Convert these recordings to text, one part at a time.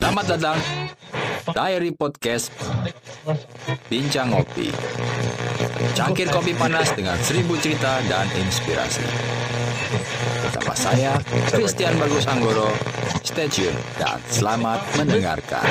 Selamat datang Diary Podcast Bincang Ngopi. Cangkir kopi panas dengan 1000 cerita dan inspirasi. Bersama saya, Christian Bagus Anggoro. Stay tune dan selamat mendengarkan.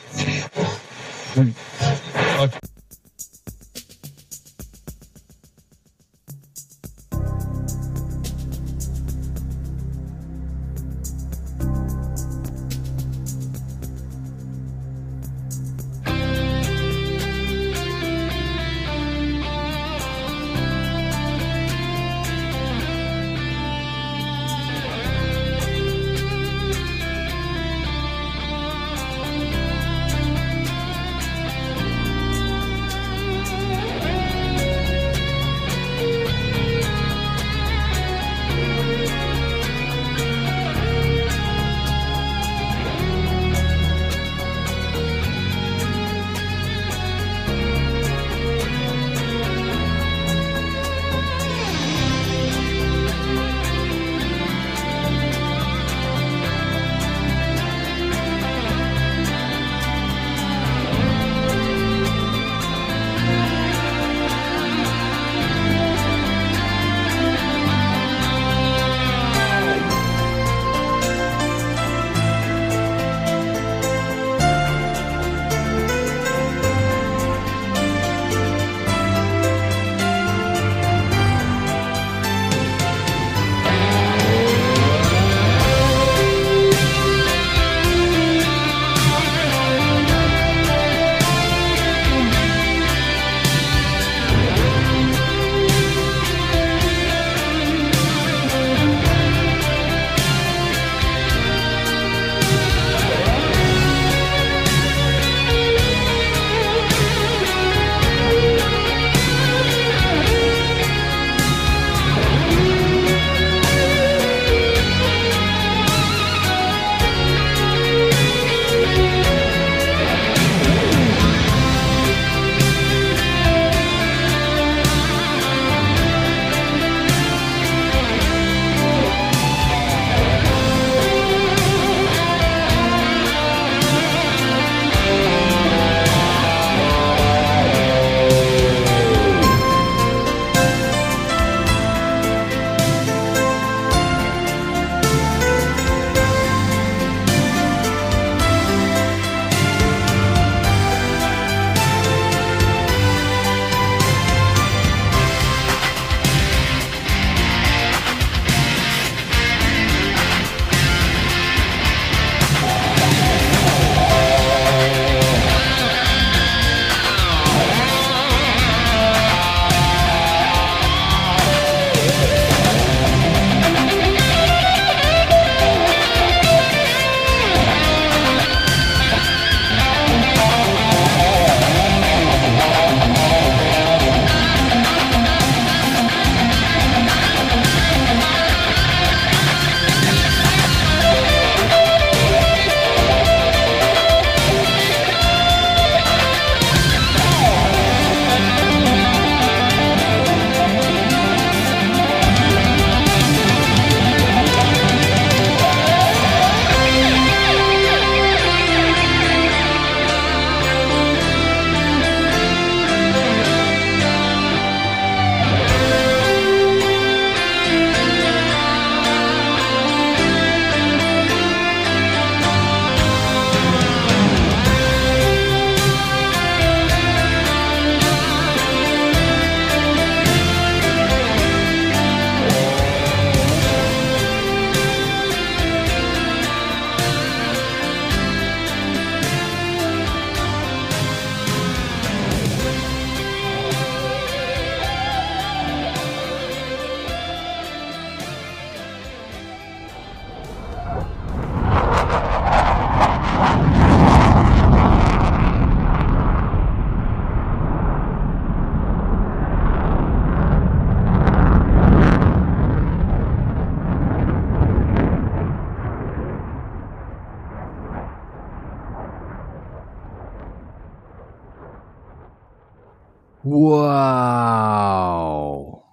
Wow.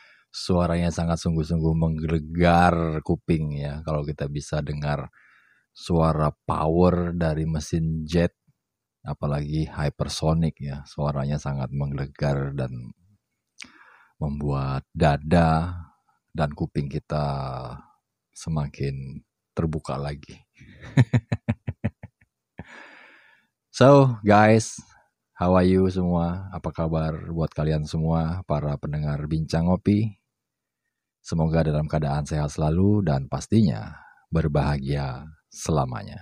Suaranya sangat sungguh-sungguh menggelegar kuping ya kalau kita bisa dengar suara power dari mesin jet, apalagi hypersonic ya, suaranya sangat menggelegar dan membuat dada dan kuping kita semakin terbuka lagi. So guys, how are you semua? Apa kabar buat kalian semua para pendengar Bincang Ngopi? Semoga dalam keadaan sehat selalu dan pastinya berbahagia selamanya.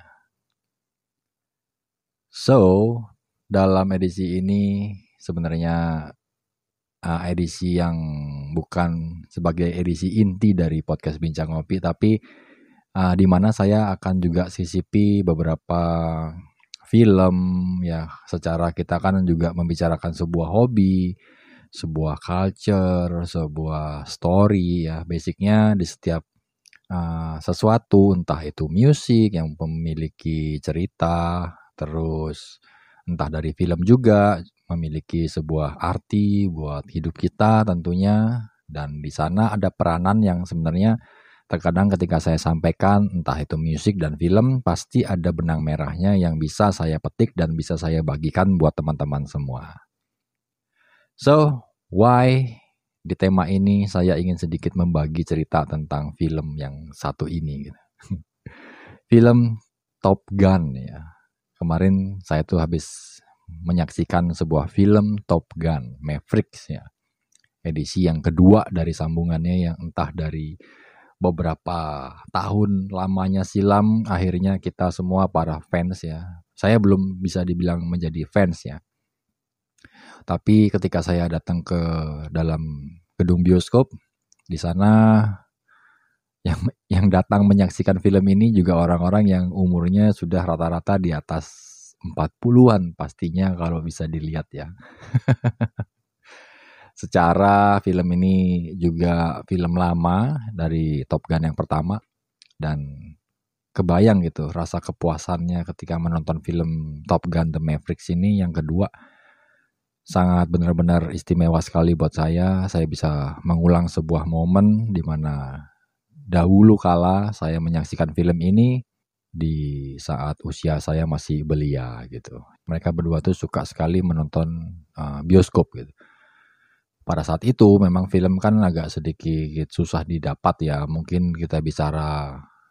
So, dalam edisi ini sebenarnya edisi yang bukan sebagai edisi inti dari podcast Bincang Ngopi, tapi di mana saya akan juga sisipi beberapa film ya, secara kita kan juga membicarakan sebuah hobi, sebuah culture, sebuah story ya. Basicnya di setiap sesuatu, entah itu musik yang memiliki cerita, terus entah dari film juga memiliki sebuah arti buat hidup kita tentunya. Dan di sana ada peranan yang sebenarnya terkadang ketika saya sampaikan, entah itu musik dan film, pasti ada benang merahnya yang bisa saya petik dan bisa saya bagikan buat teman-teman semua. So, why di tema ini saya ingin sedikit membagi cerita tentang film yang satu ini. Film Top Gun ya. Kemarin saya tuh habis menyaksikan sebuah film Top Gun Maverick ya. Edisi yang kedua dari sambungannya yang entah dari beberapa tahun lamanya silam, akhirnya kita semua para fans ya. Saya belum bisa dibilang menjadi fans ya. Tapi ketika saya datang ke dalam gedung bioskop, di sana yang datang menyaksikan film ini juga orang-orang yang umurnya sudah rata-rata di atas 40-an pastinya kalau bisa dilihat ya. Secara film ini juga film lama dari Top Gun yang pertama, dan kebayang gitu rasa kepuasannya ketika menonton film Top Gun The Maverick ini yang kedua. Sangat benar-benar istimewa sekali buat saya. Saya bisa mengulang sebuah momen di mana dahulu kala saya menyaksikan film ini di saat usia saya masih belia gitu. Mereka berdua tuh suka sekali menonton bioskop gitu. Pada saat itu memang film kan agak sedikit susah didapat ya. Mungkin kita bicara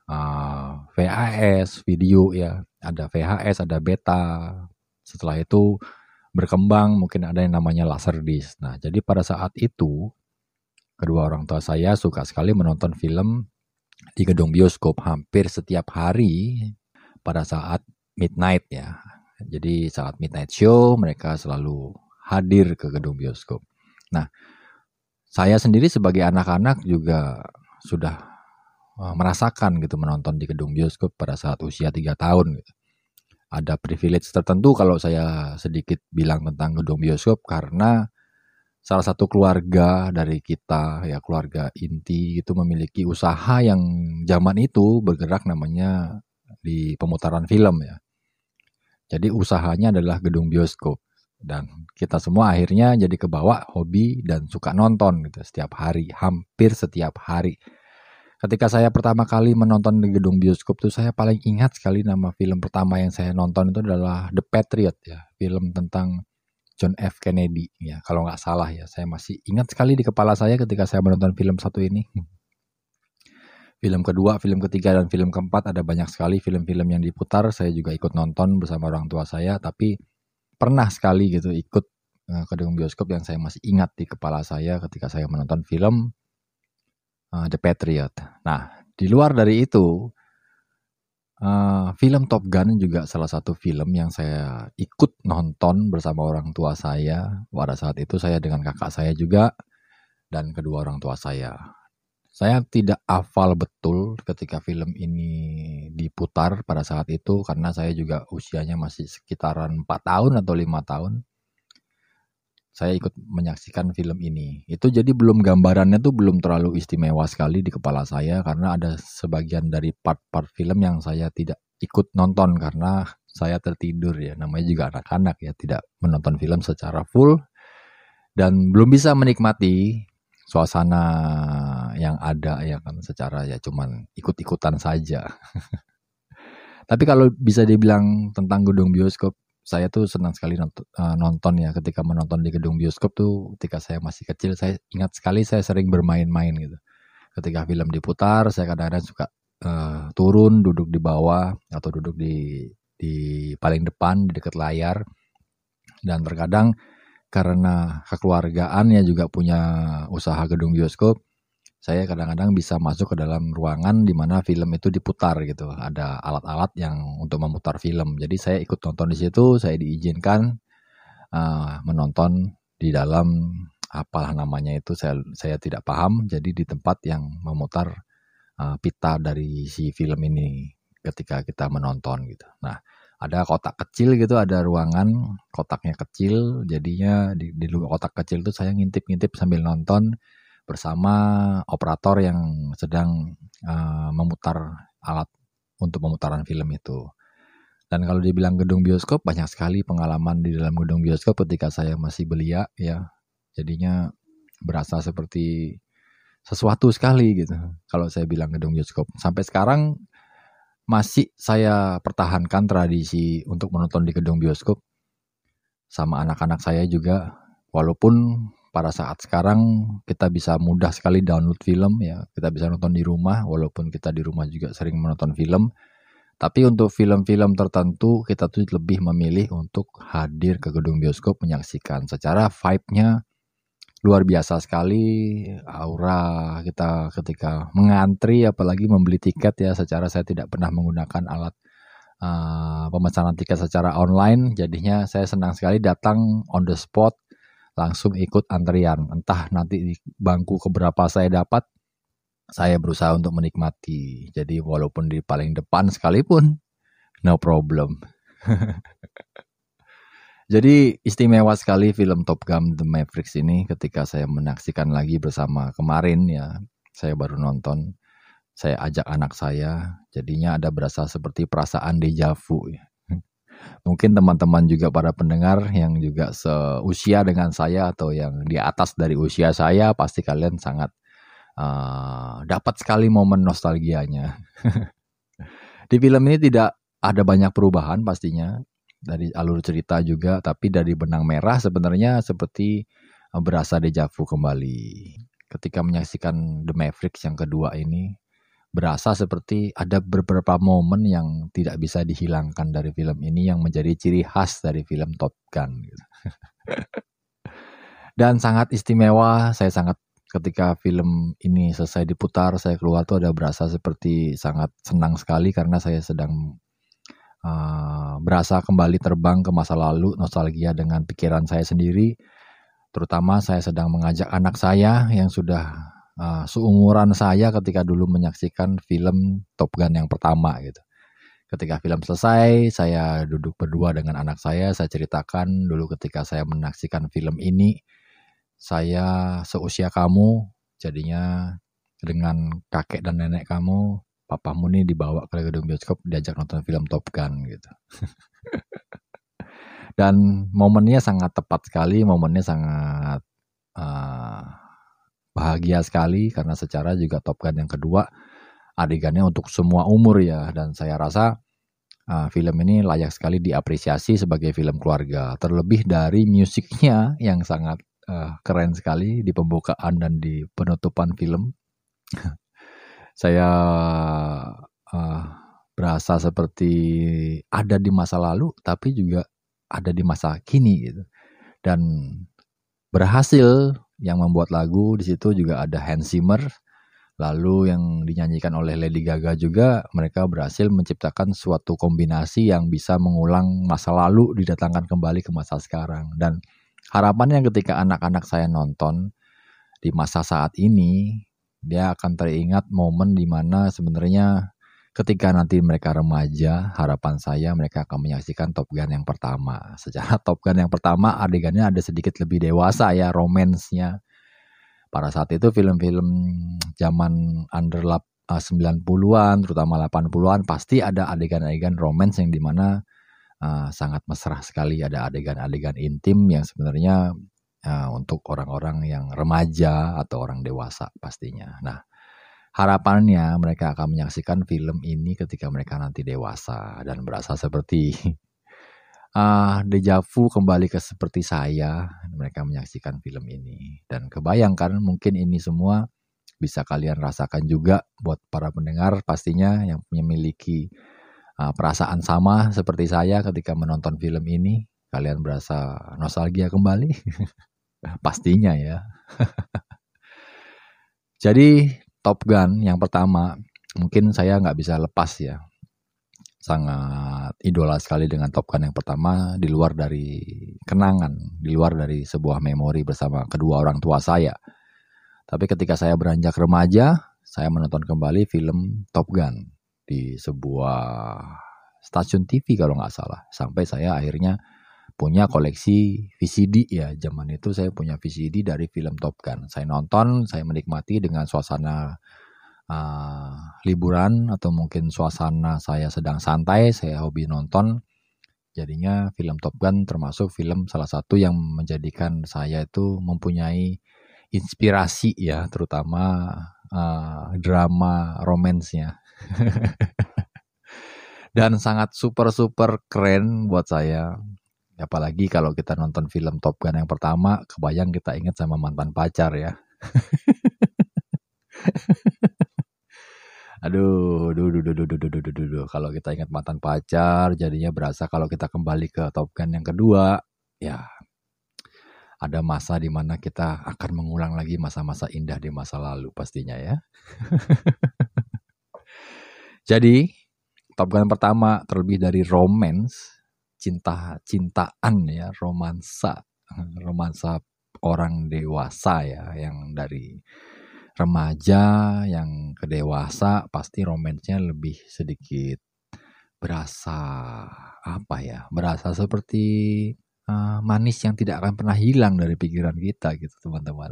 VHS, video ya. Ada VHS, ada beta. Setelah itu berkembang mungkin ada yang namanya Laserdisc. Nah, jadi pada saat itu kedua orang tua saya suka sekali menonton film di gedung bioskop hampir setiap hari pada saat midnight ya. Jadi saat midnight show mereka selalu hadir ke gedung bioskop. Nah, saya sendiri sebagai anak-anak juga sudah merasakan gitu menonton di gedung bioskop pada saat usia 3 tahun gitu. Ada privilege tertentu kalau saya sedikit bilang tentang gedung bioskop karena salah satu keluarga dari kita ya, keluarga inti itu memiliki usaha yang zaman itu bergerak namanya di pemutaran film ya. Jadi usahanya adalah gedung bioskop. Dan kita semua akhirnya jadi kebawa hobi dan suka nonton gitu setiap hari, hampir setiap hari. Ketika saya pertama kali menonton di gedung bioskop tuh saya paling ingat sekali nama film pertama yang saya nonton itu adalah The Patriot ya, film tentang John F. Kennedy ya, kalau nggak salah ya. Saya masih ingat sekali di kepala saya ketika saya menonton film satu ini. Film kedua, film ketiga, dan film keempat ada banyak sekali film-film yang diputar. Saya juga ikut nonton bersama orang tua saya, tapi pernah sekali gitu ikut ke gedung bioskop yang saya masih ingat di kepala saya ketika saya menonton film The Patriot. Nah, di luar dari itu, film Top Gun juga salah satu film yang saya ikut nonton bersama orang tua saya. Pada saat itu saya dengan kakak saya juga dan kedua orang tua saya. Saya tidak hafal betul ketika film ini diputar pada saat itu karena saya juga usianya masih sekitaran 4 tahun atau 5 tahun. Saya ikut menyaksikan film ini. Itu jadi gambarannya tuh belum terlalu istimewa sekali di kepala saya karena ada sebagian dari part-part film yang saya tidak ikut nonton karena saya tertidur ya. Namanya juga anak-anak ya, tidak menonton film secara full dan belum bisa menikmati suasana yang ada ya kan, secara ya cuman ikut-ikutan saja. Tapi kalau bisa dibilang tentang gedung bioskop, saya tuh senang sekali nonton ya. Ketika menonton di gedung bioskop tuh, ketika saya masih kecil, saya ingat sekali saya sering bermain-main gitu. Ketika film diputar, saya kadang-kadang suka turun, duduk di bawah atau duduk di paling depan di dekat layar. Dan terkadang karena kekeluargaan ya juga punya usaha gedung bioskop, saya kadang-kadang bisa masuk ke dalam ruangan di mana film itu diputar gitu. Ada alat-alat yang untuk memutar film. Jadi saya ikut nonton di situ, saya diizinkan menonton di dalam apalah namanya itu, saya tidak paham. Jadi di tempat yang memutar pita dari si film ini ketika kita menonton gitu. Nah, ada kotak kecil gitu, ada ruangan, kotaknya kecil, jadinya di kotak kecil itu saya ngintip-ngintip sambil nonton bersama operator yang sedang memutar alat untuk pemutaran film itu. Dan kalau dibilang gedung bioskop, banyak sekali pengalaman di dalam gedung bioskop ketika saya masih belia ya. Jadinya berasa seperti sesuatu sekali gitu kalau saya bilang gedung bioskop. Sampai sekarang masih saya pertahankan tradisi untuk menonton di gedung bioskop sama anak-anak saya juga, walaupun pada saat sekarang kita bisa mudah sekali download film ya, kita bisa nonton di rumah, walaupun kita di rumah juga sering menonton film. Tapi untuk film-film tertentu kita tuh lebih memilih untuk hadir ke gedung bioskop menyaksikan. Secara vibe-nya luar biasa sekali, aura kita ketika mengantri apalagi membeli tiket ya, secara saya tidak pernah menggunakan alat pemesanan tiket secara online, jadinya saya senang sekali datang on the spot, langsung ikut antrian. Entah nanti di bangku keberapa saya dapat, saya berusaha untuk menikmati. Jadi walaupun di paling depan sekalipun, no problem. Jadi istimewa sekali film Top Gun The Maverick ini ketika saya menyaksikan lagi bersama kemarin ya. Saya baru nonton, saya ajak anak saya, jadinya ada berasa seperti perasaan deja vu ya. Mungkin teman-teman juga para pendengar yang juga seusia dengan saya atau yang di atas dari usia saya, pasti kalian sangat dapat sekali momen nostalgianya. Di film ini tidak ada banyak perubahan pastinya. Dari alur cerita juga, tapi dari benang merah sebenarnya seperti berasa deja vu kembali. Ketika menyaksikan The Maverick yang kedua ini, berasa seperti ada beberapa momen yang tidak bisa dihilangkan dari film ini yang menjadi ciri khas dari film Top Gun. Dan sangat istimewa, saya sangat ketika film ini selesai diputar, saya keluar tuh ada berasa seperti sangat senang sekali karena saya sedang berasa kembali terbang ke masa lalu, nostalgia dengan pikiran saya sendiri. Terutama saya sedang mengajak anak saya yang sudah seumuran saya ketika dulu menyaksikan film Top Gun yang pertama gitu. Ketika film selesai, saya duduk berdua dengan anak saya ceritakan dulu ketika saya menyaksikan film ini, saya seusia kamu, jadinya dengan kakek dan nenek kamu, papamu nih dibawa ke gedung bioskop, diajak nonton film Top Gun gitu. Dan momennya sangat tepat sekali, momennya sangat bahagia sekali karena secara juga Top Gun yang kedua adegannya untuk semua umur ya, dan saya rasa film ini layak sekali diapresiasi sebagai film keluarga, terlebih dari musiknya yang sangat keren sekali di pembukaan dan di penutupan film. Saya berasa seperti ada di masa lalu, tapi juga ada di masa kini gitu. Dan berhasil yang membuat lagu di situ juga ada Hans Zimmer, lalu yang dinyanyikan oleh Lady Gaga juga. Mereka berhasil menciptakan suatu kombinasi yang bisa mengulang masa lalu didatangkan kembali ke masa sekarang. Dan harapannya ketika anak-anak saya nonton di masa saat ini, dia akan teringat momen di mana sebenarnya ketika nanti mereka remaja, harapan saya mereka akan menyaksikan Top Gun yang pertama. Secara Top Gun yang pertama adegannya ada sedikit lebih dewasa ya, romansnya. Pada saat itu film-film zaman under 90-an, terutama 80-an, pasti ada adegan-adegan romance yang dimana sangat mesra sekali. Ada adegan-adegan intim yang sebenarnya untuk orang-orang yang remaja atau orang dewasa pastinya. Nah, harapannya mereka akan menyaksikan film ini ketika mereka nanti dewasa dan berasa seperti deja vu kembali ke seperti saya, mereka menyaksikan film ini. Dan kebayangkan mungkin ini semua bisa kalian rasakan juga buat para pendengar pastinya yang memiliki perasaan sama seperti saya ketika menonton film ini. Kalian berasa nostalgia kembali? Pastinya ya. Jadi Top Gun yang pertama, mungkin saya nggak bisa lepas ya. Sangat idola sekali dengan Top Gun yang pertama, di luar dari kenangan, di luar dari sebuah memori bersama kedua orang tua saya. Tapi ketika saya beranjak remaja, saya menonton kembali film Top Gun di sebuah stasiun TV kalau nggak salah. Sampai saya akhirnya punya koleksi VCD ya. Zaman itu saya punya VCD dari film Top Gun. Saya nonton, saya menikmati dengan suasana liburan atau mungkin suasana saya sedang santai, saya hobi nonton. Jadinya film Top Gun termasuk film salah satu yang menjadikan saya itu mempunyai inspirasi ya, terutama drama romansnya. Dan sangat super keren buat saya. Apalagi kalau kita nonton film Top Gun yang pertama, kebayang kita ingat sama mantan pacar ya. Aduh. Kalau kita ingat mantan pacar, jadinya berasa kalau kita kembali ke Top Gun yang kedua, ya ada masa di mana kita akan mengulang lagi masa-masa indah di masa lalu pastinya ya. Jadi, Top Gun pertama terlebih dari romance, cintaan ya, romansa orang dewasa ya, yang dari remaja yang ke dewasa pasti romansnya lebih sedikit berasa berasa seperti manis yang tidak akan pernah hilang dari pikiran kita gitu teman-teman.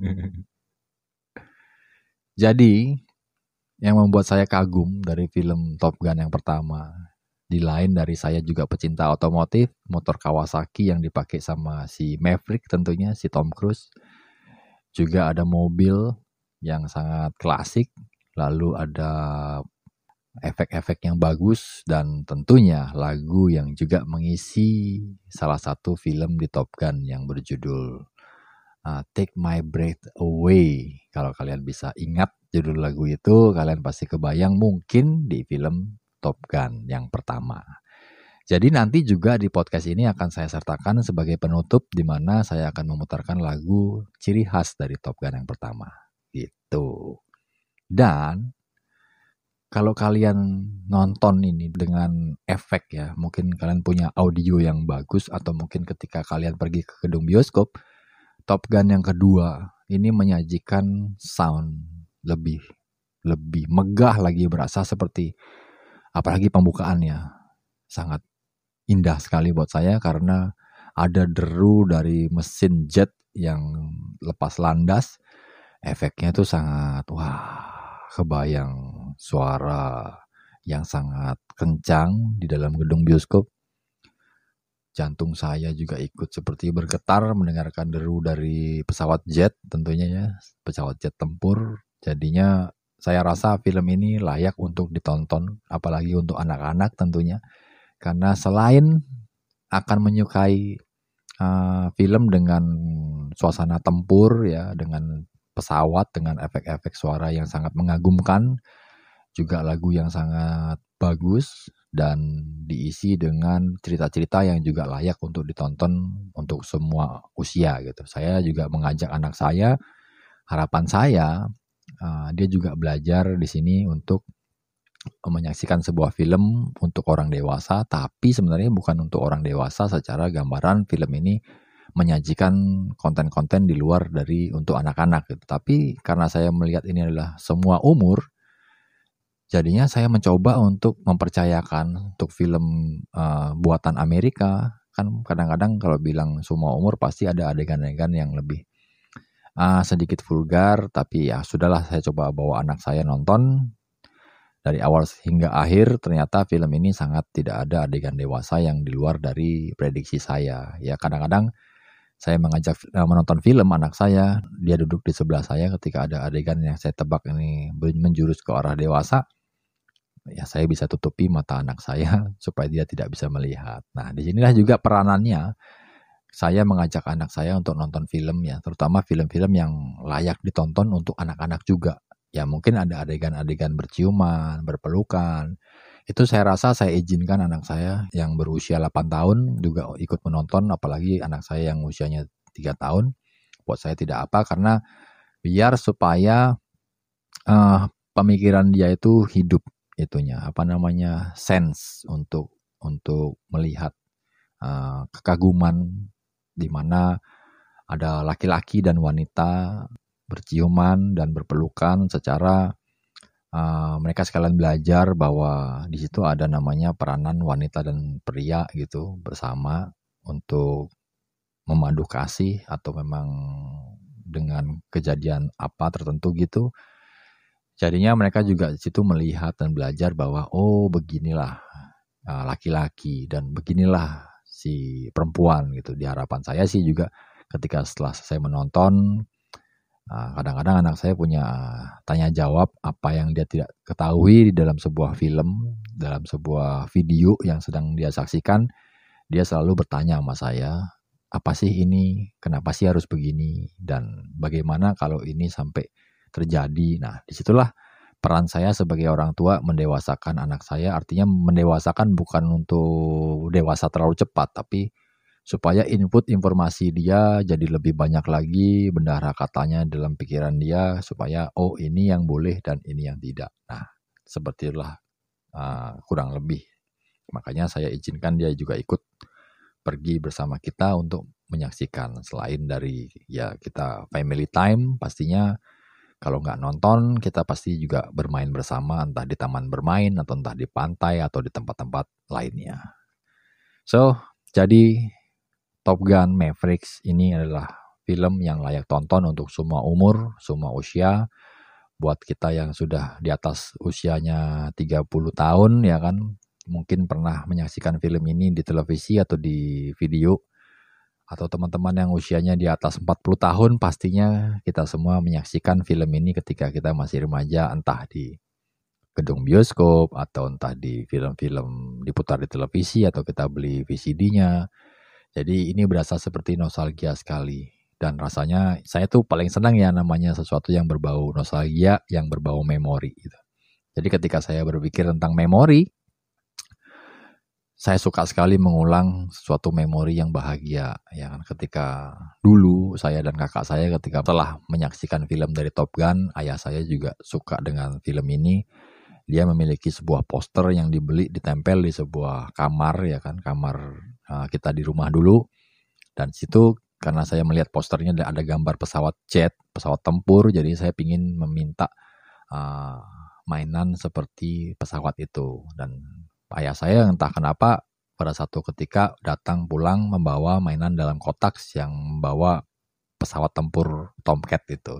Jadi yang membuat saya kagum dari film Top Gun yang pertama, di lain dari saya juga pecinta otomotif, motor Kawasaki yang dipakai sama si Maverick tentunya, si Tom Cruise. Juga ada mobil yang sangat klasik, lalu ada efek-efek yang bagus, dan tentunya lagu yang juga mengisi salah satu film di Top Gun yang berjudul Take My Breath Away. Kalau kalian bisa ingat judul lagu itu, kalian pasti kebayang mungkin di film Top Gun yang pertama. Jadi nanti juga di podcast ini akan saya sertakan sebagai penutup di mana saya akan memutarkan lagu ciri khas dari Top Gun yang pertama. Gitu. Dan kalau kalian nonton ini dengan efek ya, mungkin kalian punya audio yang bagus atau mungkin ketika kalian pergi ke gedung bioskop, Top Gun yang kedua ini menyajikan sound lebih megah lagi, berasa seperti apalagi pembukaannya sangat indah sekali buat saya karena ada deru dari mesin jet yang lepas landas. Efeknya tuh sangat kebayang suara yang sangat kencang di dalam gedung bioskop. Jantung saya juga ikut seperti bergetar mendengarkan deru dari pesawat jet tentunya ya, pesawat jet tempur. Jadinya saya rasa film ini layak untuk ditonton, apalagi untuk anak-anak tentunya. Karena selain akan menyukai film dengan suasana tempur ya, dengan pesawat, dengan efek-efek suara yang sangat mengagumkan, juga lagu yang sangat bagus dan diisi dengan cerita-cerita yang juga layak untuk ditonton untuk semua usia gitu. Saya juga mengajak anak saya, harapan saya dia juga belajar di sini untuk menyaksikan sebuah film untuk orang dewasa, tapi sebenarnya bukan untuk orang dewasa secara gambaran film ini menyajikan konten-konten di luar dari untuk anak-anak gitu. Tapi karena saya melihat ini adalah semua umur, jadinya saya mencoba untuk mempercayakan untuk film buatan Amerika. Kan kadang-kadang kalau bilang semua umur pasti ada adegan-adegan yang lebih sedikit vulgar, tapi ya sudahlah, saya coba bawa anak saya nonton. Dari awal hingga akhir ternyata film ini sangat tidak ada adegan dewasa yang di luar dari prediksi saya. Ya kadang-kadang saya mengajak menonton film anak saya, dia duduk di sebelah saya ketika ada adegan yang saya tebak ini menjurus ke arah dewasa, ya saya bisa tutupi mata anak saya supaya dia tidak bisa melihat. Nah, disinilah juga peranannya. Saya mengajak anak saya untuk nonton film ya, terutama film-film yang layak ditonton untuk anak-anak juga. Ya mungkin ada adegan-adegan berciuman, berpelukan. Itu saya rasa saya izinkan anak saya yang berusia 8 tahun juga ikut menonton, apalagi anak saya yang usianya 3 tahun. Buat saya tidak apa, karena biar supaya pemikiran dia itu hidup itunya, sense untuk melihat kekaguman di mana ada laki-laki dan wanita berciuman dan berpelukan secara mereka sekalian belajar bahwa di situ ada namanya peranan wanita dan pria gitu bersama untuk memadu kasih atau memang dengan kejadian apa tertentu gitu. Jadinya mereka juga di situ melihat dan belajar bahwa oh beginilah laki-laki dan beginilah si perempuan gitu. Di harapan saya sih juga ketika setelah saya menonton, kadang-kadang anak saya punya tanya jawab apa yang dia tidak ketahui di dalam sebuah film, dalam sebuah video yang sedang dia saksikan. Dia selalu bertanya sama saya, apa sih ini, kenapa sih harus begini, dan bagaimana kalau ini sampai terjadi. Nah, disitulah peran saya sebagai orang tua mendewasakan anak saya, artinya mendewasakan bukan untuk dewasa terlalu cepat, tapi supaya input informasi dia jadi lebih banyak lagi, bendahara katanya dalam pikiran dia, supaya oh ini yang boleh dan ini yang tidak. Nah, seperti itulah kurang lebih. Makanya saya izinkan dia juga ikut pergi bersama kita untuk menyaksikan. Selain dari ya kita family time, pastinya kalau nggak nonton, kita pasti juga bermain bersama, entah di taman bermain, atau entah di pantai, atau di tempat-tempat lainnya. So, jadi Top Gun Mavericks ini adalah film yang layak tonton untuk semua umur, semua usia. Buat kita yang sudah di atas usianya 30 tahun, ya kan, mungkin pernah menyaksikan film ini di televisi atau di video. Atau teman-teman yang usianya di atas 40 tahun, pastinya kita semua menyaksikan film ini ketika kita masih remaja, entah di gedung bioskop, atau entah di film-film diputar di televisi, atau kita beli VCD-nya. Jadi ini berasa seperti nostalgia sekali. Dan rasanya saya tuh paling senang ya namanya sesuatu yang berbau nostalgia, yang berbau memori gitu. Jadi ketika saya berpikir tentang memori, saya suka sekali mengulang suatu memori yang bahagia, ya kan. Ketika dulu saya dan kakak saya ketika telah menyaksikan film dari Top Gun, ayah saya juga suka dengan film ini. Dia memiliki sebuah poster yang dibeli ditempel di sebuah kamar, ya kan, kamar kita di rumah dulu. Dan situ karena saya melihat posternya ada gambar pesawat jet, pesawat tempur, jadi saya ingin meminta mainan seperti pesawat itu. Dan ayah saya entah kenapa pada satu ketika datang pulang membawa mainan dalam kotak yang membawa pesawat tempur Tomcat itu.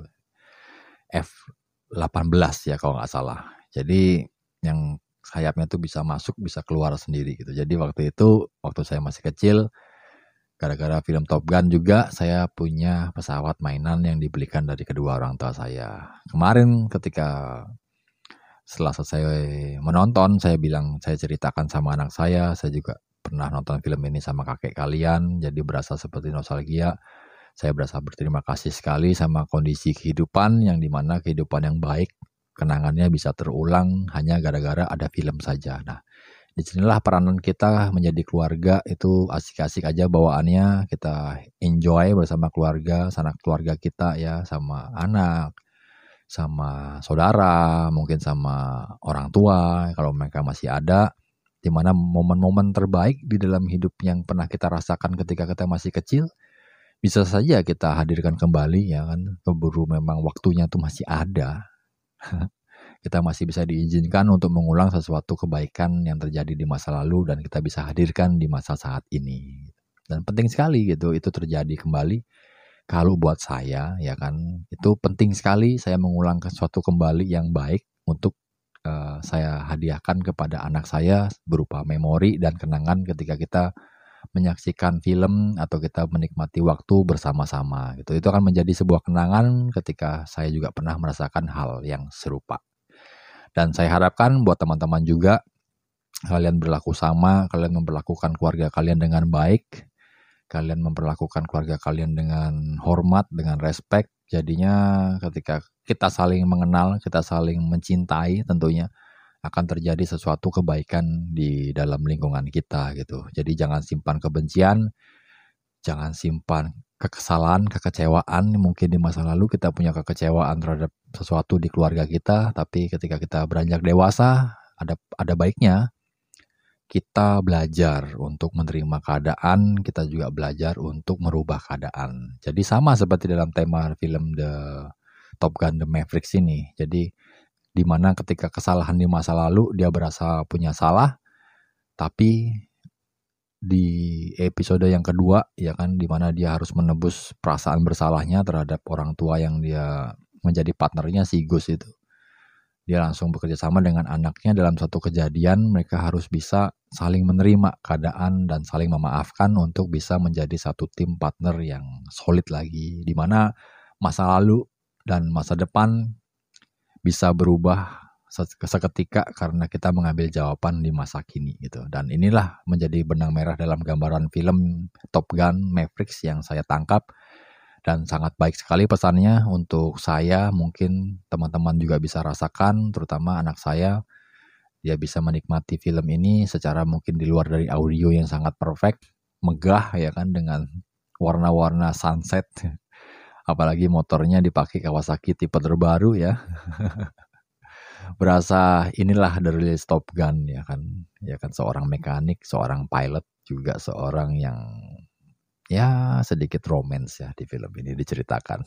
F-18 ya kalau nggak salah. Jadi yang sayapnya itu bisa masuk, bisa keluar sendiri gitu. Jadi waktu itu, waktu saya masih kecil, gara-gara film Top Gun juga, saya punya pesawat mainan yang dibelikan dari kedua orang tua saya. Kemarin ketika setelah selesai menonton, saya ceritakan sama anak saya juga pernah nonton film ini sama kakek kalian, jadi berasa seperti nostalgia. Saya berasa berterima kasih sekali sama kondisi kehidupan, yang dimana kehidupan yang baik, kenangannya bisa terulang hanya gara-gara ada film saja. Nah, disinilah peranan kita menjadi keluarga itu asik-asik aja bawaannya, kita enjoy bersama keluarga, sanak keluarga kita ya, sama anak, sama saudara, mungkin sama orang tua kalau mereka masih ada, di mana momen-momen terbaik di dalam hidup yang pernah kita rasakan ketika kita masih kecil bisa saja kita hadirkan kembali, ya kan. Keburu memang waktunya tuh masih ada. Kita masih bisa diizinkan untuk mengulang sesuatu kebaikan yang terjadi di masa lalu dan kita bisa hadirkan di masa saat ini. Dan penting sekali gitu itu terjadi kembali. Kalau buat saya, ya kan, itu penting sekali saya mengulang sesuatu kembali yang baik untuk saya hadiahkan kepada anak saya berupa memori dan kenangan ketika kita menyaksikan film atau kita menikmati waktu bersama-sama gitu. Itu akan menjadi sebuah kenangan ketika saya juga pernah merasakan hal yang serupa. Dan saya harapkan buat teman-teman juga kalian berlaku sama, kalian memperlakukan keluarga kalian dengan baik, kalian memperlakukan keluarga kalian dengan hormat, dengan respect. Jadinya ketika kita saling mengenal, kita saling mencintai, tentunya akan terjadi sesuatu kebaikan di dalam lingkungan kita gitu. Jadi jangan simpan kebencian, jangan simpan kekesalan, kekecewaan. Mungkin di masa lalu kita punya kekecewaan terhadap sesuatu di keluarga kita, tapi ketika kita beranjak dewasa, ada baiknya kita belajar untuk menerima keadaan, kita juga belajar untuk merubah keadaan. Jadi sama seperti dalam tema film The Top Gun The Mavericks ini. Jadi di mana ketika kesalahan di masa lalu dia berasa punya salah, tapi di episode yang kedua ya kan, di mana dia harus menebus perasaan bersalahnya terhadap orang tua yang dia menjadi partnernya, si Gus itu. Dia langsung bekerja sama dengan anaknya dalam satu kejadian, mereka harus bisa saling menerima keadaan dan saling memaafkan untuk bisa menjadi satu tim partner yang solid lagi, di mana masa lalu dan masa depan bisa berubah seketika karena kita mengambil jawaban di masa kini gitu. Dan inilah menjadi benang merah dalam gambaran film Top Gun Mavericks yang saya tangkap. Dan sangat baik sekali pesannya untuk saya, mungkin teman-teman juga bisa rasakan, terutama anak saya. Dia bisa menikmati film ini secara mungkin di luar dari audio yang sangat perfect, megah ya kan, dengan warna-warna sunset. Apalagi motornya dipakai Kawasaki tipe terbaru ya. Berasa inilah the real Top Gun ya kan. Ya kan, seorang mekanik, seorang pilot, juga seorang yang ya sedikit romance ya di film ini diceritakan.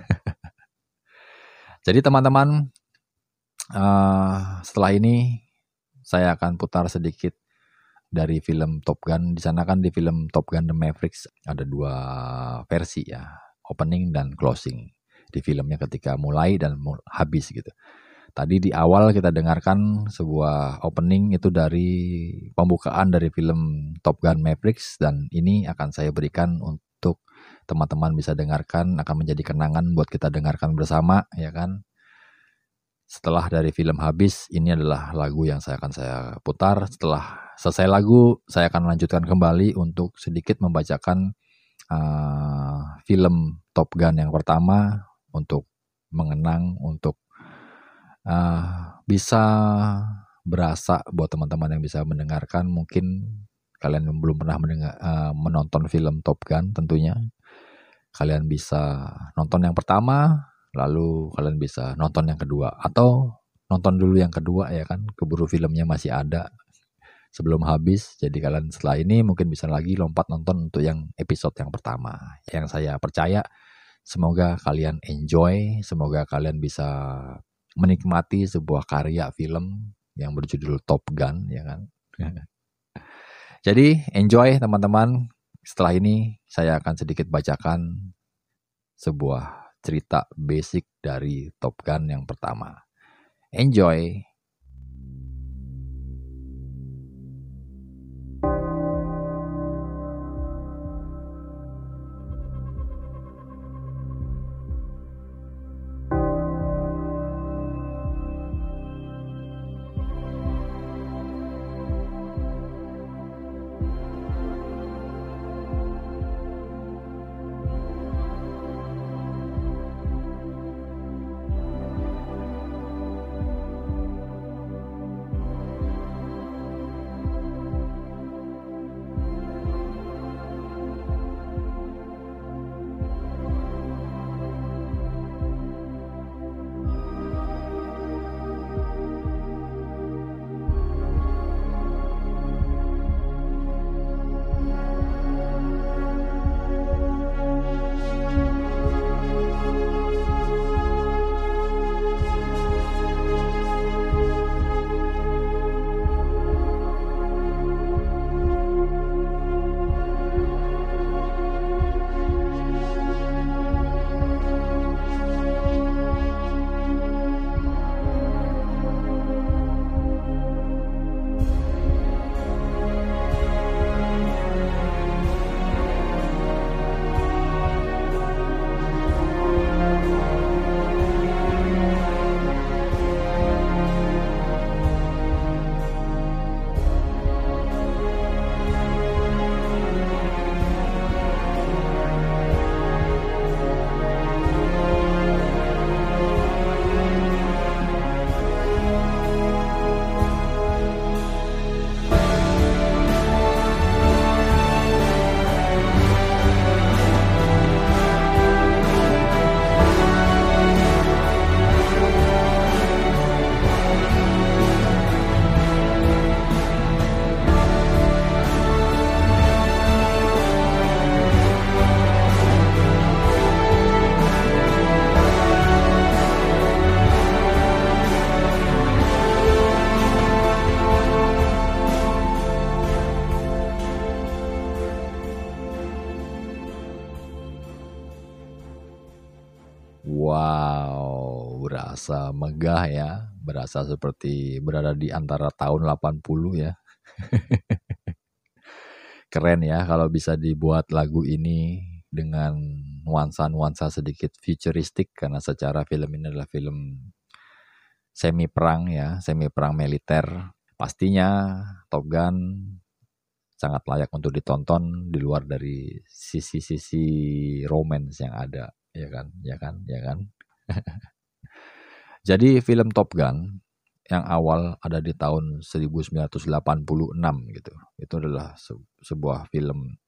Jadi teman-teman, setelah ini saya akan putar sedikit dari film Top Gun. Di sana kan di film Top Gun The Mavericks ada 2 versi ya, opening dan closing di filmnya ketika mulai dan habis gitu. Tadi di awal kita dengarkan sebuah opening itu dari pembukaan dari film Top Gun Mavericks, dan ini akan saya berikan untuk teman-teman bisa dengarkan, akan menjadi kenangan buat kita dengarkan bersama ya kan. Setelah dari film habis, ini adalah lagu yang akan saya putar. Setelah selesai lagu, saya akan lanjutkan kembali untuk sedikit membacakan film Top Gun yang pertama untuk mengenang, untuk bisa berasa buat teman-teman yang bisa mendengarkan. Mungkin kalian yang belum pernah menonton film Top Gun, tentunya kalian bisa nonton yang pertama, lalu kalian bisa nonton yang kedua, atau nonton dulu yang kedua ya kan, keburu filmnya masih ada sebelum habis. Jadi kalian setelah ini mungkin bisa lagi lompat nonton untuk yang episode yang pertama. Yang saya percaya semoga kalian enjoy, semoga kalian bisa menikmati sebuah karya film yang berjudul Top Gun ya kan. Jadi enjoy teman-teman. Setelah ini saya akan sedikit bacakan sebuah cerita basic dari Top Gun yang pertama. Enjoy. Wow, berasa megah ya. Berasa seperti berada di antara tahun 80 ya. Keren ya kalau bisa dibuat lagu ini dengan nuansa-nuansa sedikit futuristik, karena secara film ini adalah film semi perang ya, semi perang militer. Pastinya Top Gun sangat layak untuk ditonton di luar dari sisi-sisi romance yang ada, ya kan. Jadi film Top Gun yang awal ada di tahun 1986 gitu. Itu adalah sebuah film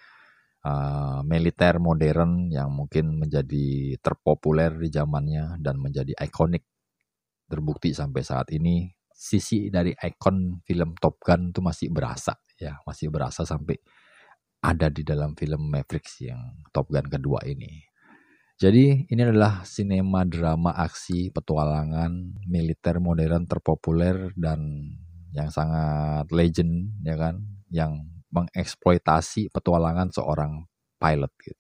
militer modern yang mungkin menjadi terpopuler di zamannya dan menjadi ikonik. Terbukti sampai saat ini sisi dari ikon film Top Gun itu masih berasa ya, masih berasa sampai ada di dalam film Maverick yang Top Gun kedua ini. Jadi ini adalah sinema drama aksi petualangan militer modern terpopuler dan yang sangat legend ya kan, yang mengeksploitasi petualangan seorang pilot gitu.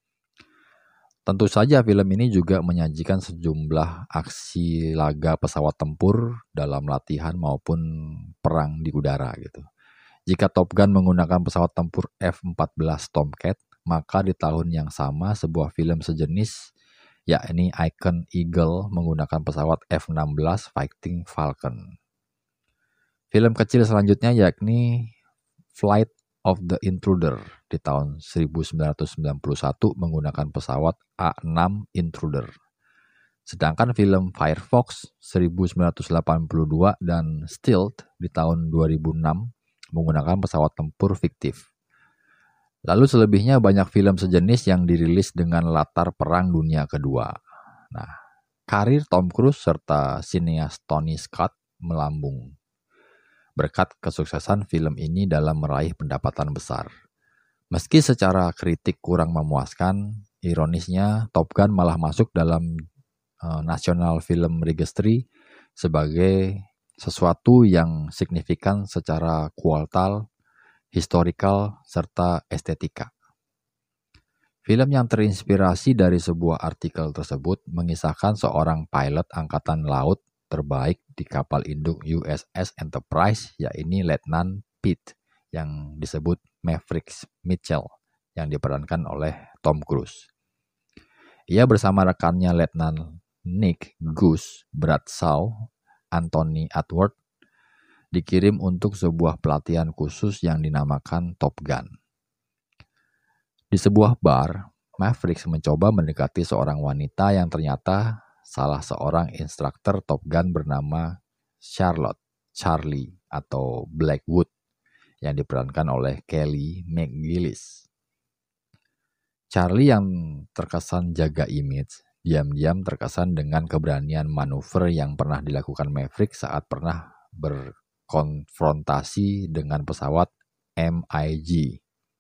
Tentu saja film ini juga menyajikan sejumlah aksi laga pesawat tempur dalam latihan maupun perang di udara gitu. Jika Top Gun menggunakan pesawat tempur F-14 Tomcat, maka di tahun yang sama sebuah film sejenis yakni Icon Eagle menggunakan pesawat F-16 Fighting Falcon. Film kecil selanjutnya yakni Flight of the Intruder di tahun 1991 menggunakan pesawat A-6 Intruder. Sedangkan film Firefox 1982 dan Stealth di tahun 2006 menggunakan pesawat tempur fiktif. Lalu selebihnya banyak film sejenis yang dirilis dengan latar Perang Dunia Kedua. Nah, karir Tom Cruise serta sineas Tony Scott melambung berkat kesuksesan film ini dalam meraih pendapatan besar. Meski secara kritik kurang memuaskan, ironisnya Top Gun malah masuk dalam National Film Registry sebagai sesuatu yang signifikan secara kualitatif, historikal, serta estetika. Film yang terinspirasi dari sebuah artikel tersebut mengisahkan seorang pilot angkatan laut terbaik di kapal induk USS Enterprise, yakni Letnan Pete yang disebut Maverick Mitchell yang diperankan oleh Tom Cruise. Ia bersama rekannya Letnan Nick Goose Bradshaw, Anthony Atwood, dikirim untuk sebuah pelatihan khusus yang dinamakan Top Gun. Di sebuah bar, Maverick mencoba mendekati seorang wanita yang ternyata salah seorang instruktur Top Gun bernama Charlie atau Blackwood yang diperankan oleh Kelly McGillis. Charlie yang terkesan jaga image, diam-diam terkesan dengan keberanian manuver yang pernah dilakukan Maverick saat pernah berkonfrontasi dengan pesawat MiG.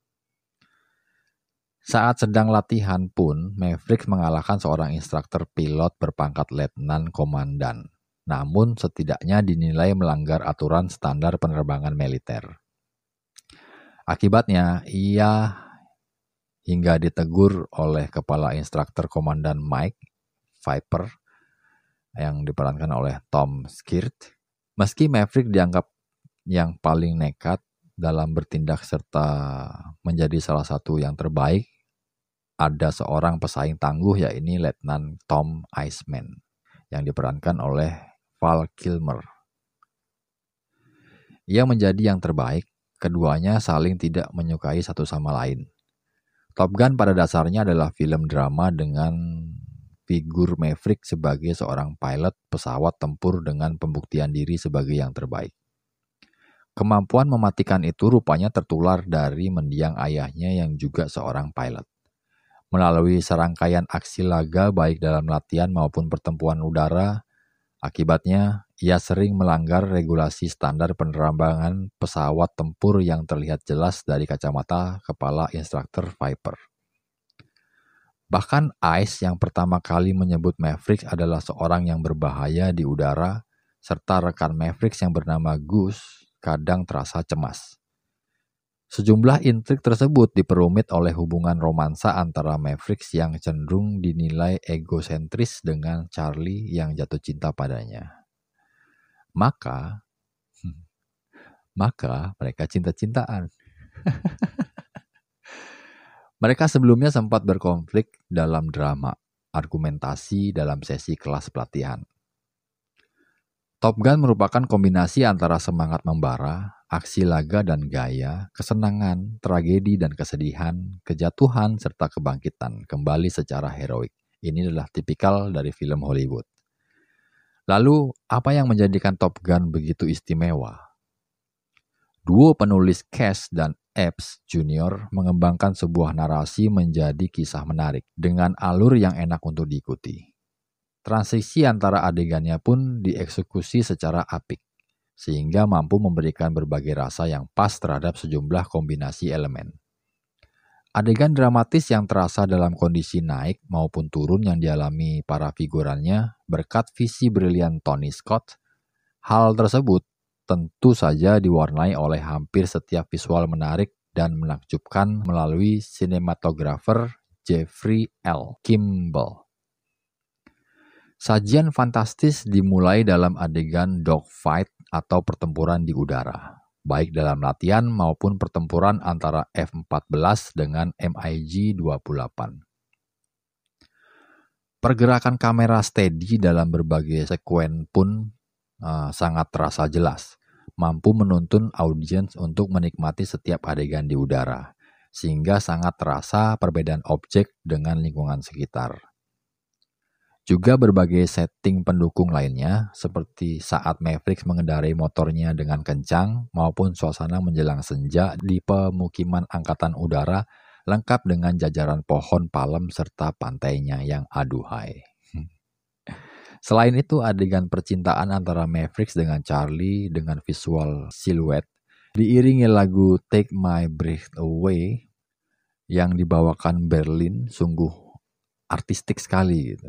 Saat sedang latihan pun, Maverick mengalahkan seorang instruktur pilot berpangkat letnan komandan. Namun setidaknya dinilai melanggar aturan standar penerbangan militer. Akibatnya, ia hingga ditegur oleh kepala instruktur komandan Mike Viper yang diperankan oleh Tom Skerritt. Meski Maverick dianggap yang paling nekat dalam bertindak serta menjadi salah satu yang terbaik, ada seorang pesaing tangguh yakni Letnan Tom Iceman yang diperankan oleh Val Kilmer. Ia menjadi yang terbaik, keduanya saling tidak menyukai satu sama lain. Top Gun pada dasarnya adalah film drama dengan figur Maverick sebagai seorang pilot pesawat tempur dengan pembuktian diri sebagai yang terbaik. Kemampuan mematikan itu rupanya tertular dari mendiang ayahnya yang juga seorang pilot. Melalui serangkaian aksi laga baik dalam latihan maupun pertempuran udara, akibatnya ia sering melanggar regulasi standar penerbangan pesawat tempur yang terlihat jelas dari kacamata kepala instruktur Viper. Bahkan Ice yang pertama kali menyebut Maverick adalah seorang yang berbahaya di udara, serta rekan Maverick yang bernama Goose kadang terasa cemas. Sejumlah intrik tersebut diperumit oleh hubungan romansa antara Mavericks yang cenderung dinilai egosentris dengan Charlie yang jatuh cinta padanya. Maka mereka cinta-cintaan. Mereka sebelumnya sempat berkonflik dalam drama argumentasi dalam sesi kelas pelatihan. Top Gun merupakan kombinasi antara semangat membara, aksi laga dan gaya, kesenangan, tragedi dan kesedihan, kejatuhan, serta kebangkitan kembali secara heroik. Ini adalah tipikal dari film Hollywood. Lalu, apa yang menjadikan Top Gun begitu istimewa? Duo penulis Cash dan Epps Jr. mengembangkan sebuah narasi menjadi kisah menarik dengan alur yang enak untuk diikuti. Transisi antara adegannya pun dieksekusi secara apik, sehingga mampu memberikan berbagai rasa yang pas terhadap sejumlah kombinasi elemen. Adegan dramatis yang terasa dalam kondisi naik maupun turun yang dialami para figurannya berkat visi brilian Tony Scott. Hal tersebut tentu saja diwarnai oleh hampir setiap visual menarik dan menakjubkan melalui sinematografer Jeffrey L. Kimball. Sajian fantastis dimulai dalam adegan dogfight atau pertempuran di udara, baik dalam latihan maupun pertempuran antara F-14 dengan MiG-28. Pergerakan kamera steady dalam berbagai sekuen pun sangat terasa jelas, mampu menuntun audiens untuk menikmati setiap adegan di udara, sehingga sangat terasa perbedaan objek dengan lingkungan sekitar. Juga berbagai setting pendukung lainnya, seperti saat Mavericks mengendarai motornya dengan kencang, maupun suasana menjelang senja di pemukiman angkatan udara, lengkap dengan jajaran pohon palem serta pantainya yang aduhai. Selain itu, adegan percintaan antara Mavericks dengan Charlie dengan visual siluet, diiringi lagu Take My Breath Away yang dibawakan Berlin, sungguh artistik sekali gitu.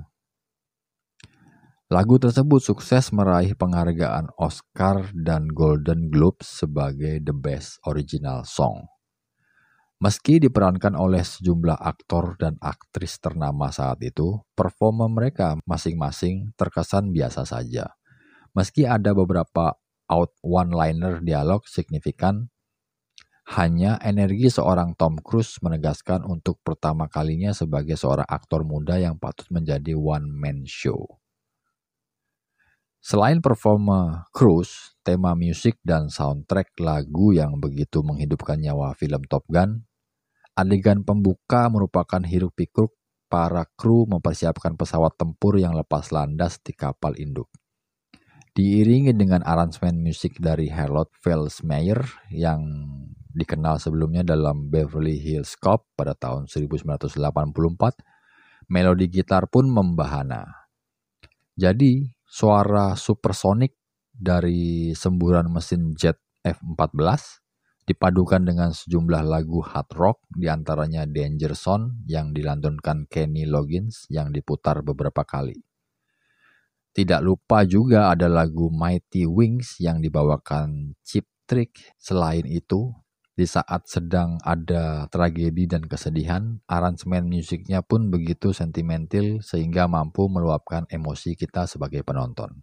Lagu tersebut sukses meraih penghargaan Oscar dan Golden Globe sebagai The Best Original Song. Meski diperankan oleh sejumlah aktor dan aktris ternama saat itu, performa mereka masing-masing terkesan biasa saja. Meski ada beberapa out one-liner dialog signifikan, hanya energi seorang Tom Cruise menegaskan untuk pertama kalinya sebagai seorang aktor muda yang patut menjadi one-man show. Selain performa Cruise, tema musik dan soundtrack lagu yang begitu menghidupkan nyawa film Top Gun, adegan pembuka merupakan hiruk-pikuk para kru mempersiapkan pesawat tempur yang lepas landas di kapal induk. Diiringi dengan aransemen musik dari Harold Felsmeyer yang dikenal sebelumnya dalam Beverly Hills Cop pada tahun 1984, melodi gitar pun membahana. Jadi, suara supersonik dari semburan mesin jet F-14 dipadukan dengan sejumlah lagu hard rock, diantaranya Danger Zone yang dilantunkan Kenny Loggins yang diputar beberapa kali. Tidak lupa juga ada lagu Mighty Wings yang dibawakan Cheap Trick. Selain itu, di saat sedang ada tragedi dan kesedihan, aransemen musiknya pun begitu sentimental sehingga mampu meluapkan emosi kita sebagai penonton.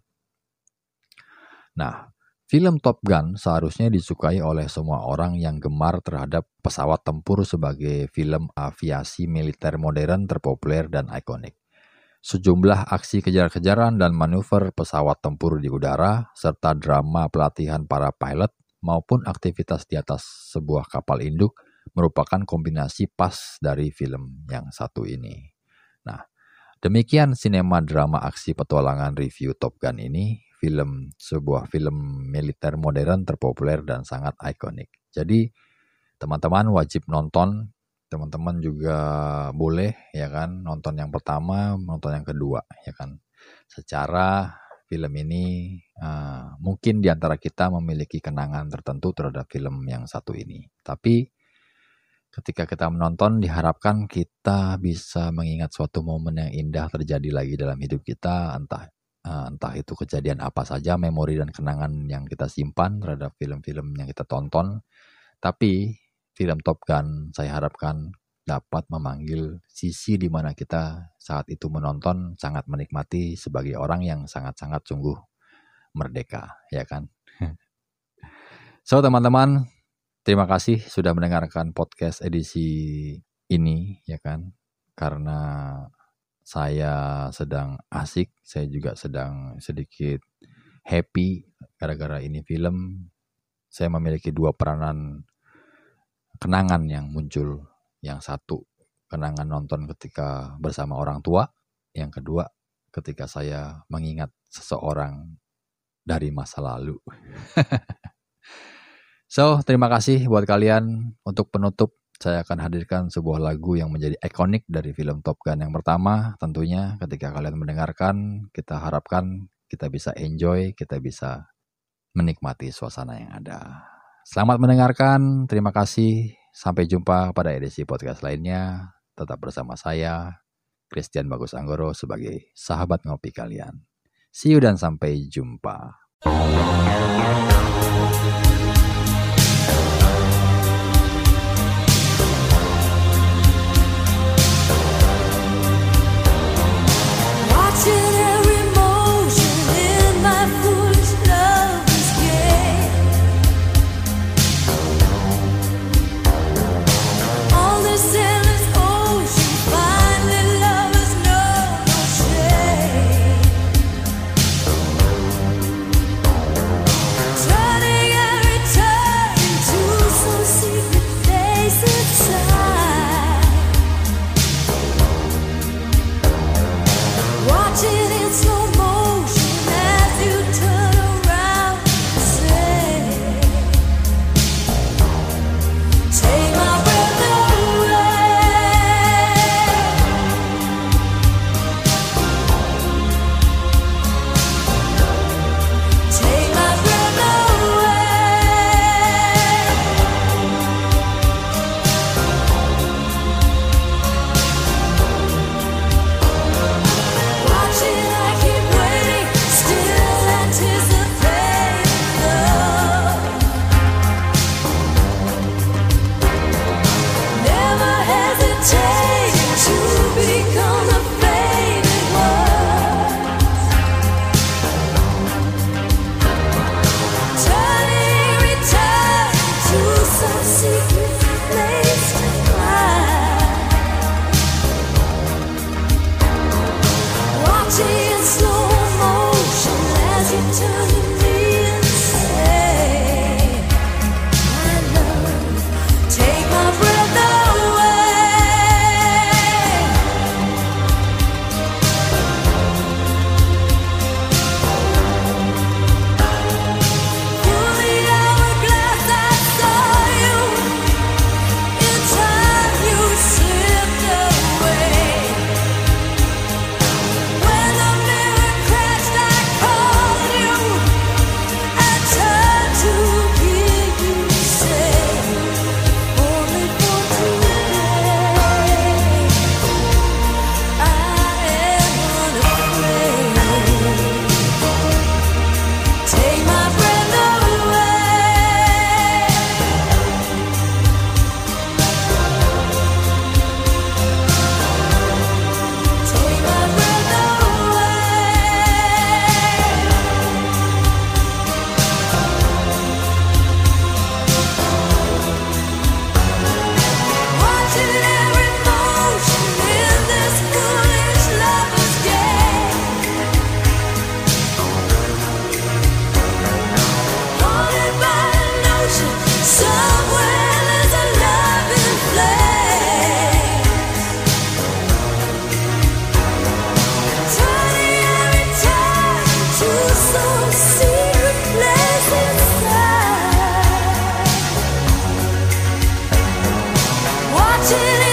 Nah, film Top Gun seharusnya disukai oleh semua orang yang gemar terhadap pesawat tempur sebagai film aviasi militer modern terpopuler dan ikonik. Sejumlah aksi kejar-kejaran dan manuver pesawat tempur di udara, serta drama pelatihan para pilot, maupun aktivitas di atas sebuah kapal induk merupakan kombinasi pas dari film yang satu ini. Nah, demikian sinema drama aksi petualangan review Top Gun ini, sebuah film militer modern terpopuler dan sangat ikonik. Jadi, teman-teman wajib nonton, teman-teman juga boleh ya kan nonton yang pertama, nonton yang kedua ya kan. Secara film ini mungkin di antara kita memiliki kenangan tertentu terhadap film yang satu ini. Tapi ketika kita menonton diharapkan kita bisa mengingat suatu momen yang indah terjadi lagi dalam hidup kita, entah itu kejadian apa saja, memori dan kenangan yang kita simpan terhadap film-film yang kita tonton. Tapi film Top Gun saya harapkan dapat memanggil sisi di mana kita saat itu menonton sangat menikmati sebagai orang yang sangat-sangat sungguh merdeka, ya kan? So teman-teman, terima kasih sudah mendengarkan podcast edisi ini, ya kan? Karena saya sedang asik, saya juga sedang sedikit happy gara-gara ini film. Saya memiliki 2 peranan kenangan yang muncul. Yang satu, kenangan nonton ketika bersama orang tua. Yang kedua, ketika saya mengingat seseorang dari masa lalu. So, terima kasih buat kalian. Untuk penutup, saya akan hadirkan sebuah lagu yang menjadi ikonik dari film Top Gun yang pertama. Tentunya ketika kalian mendengarkan, kita harapkan kita bisa enjoy, kita bisa menikmati suasana yang ada. Selamat mendengarkan, terima kasih. Sampai jumpa pada edisi podcast lainnya. Tetap bersama saya, Christian Bagus Anggoro, sebagai sahabat ngopi kalian. See you dan sampai jumpa. Watching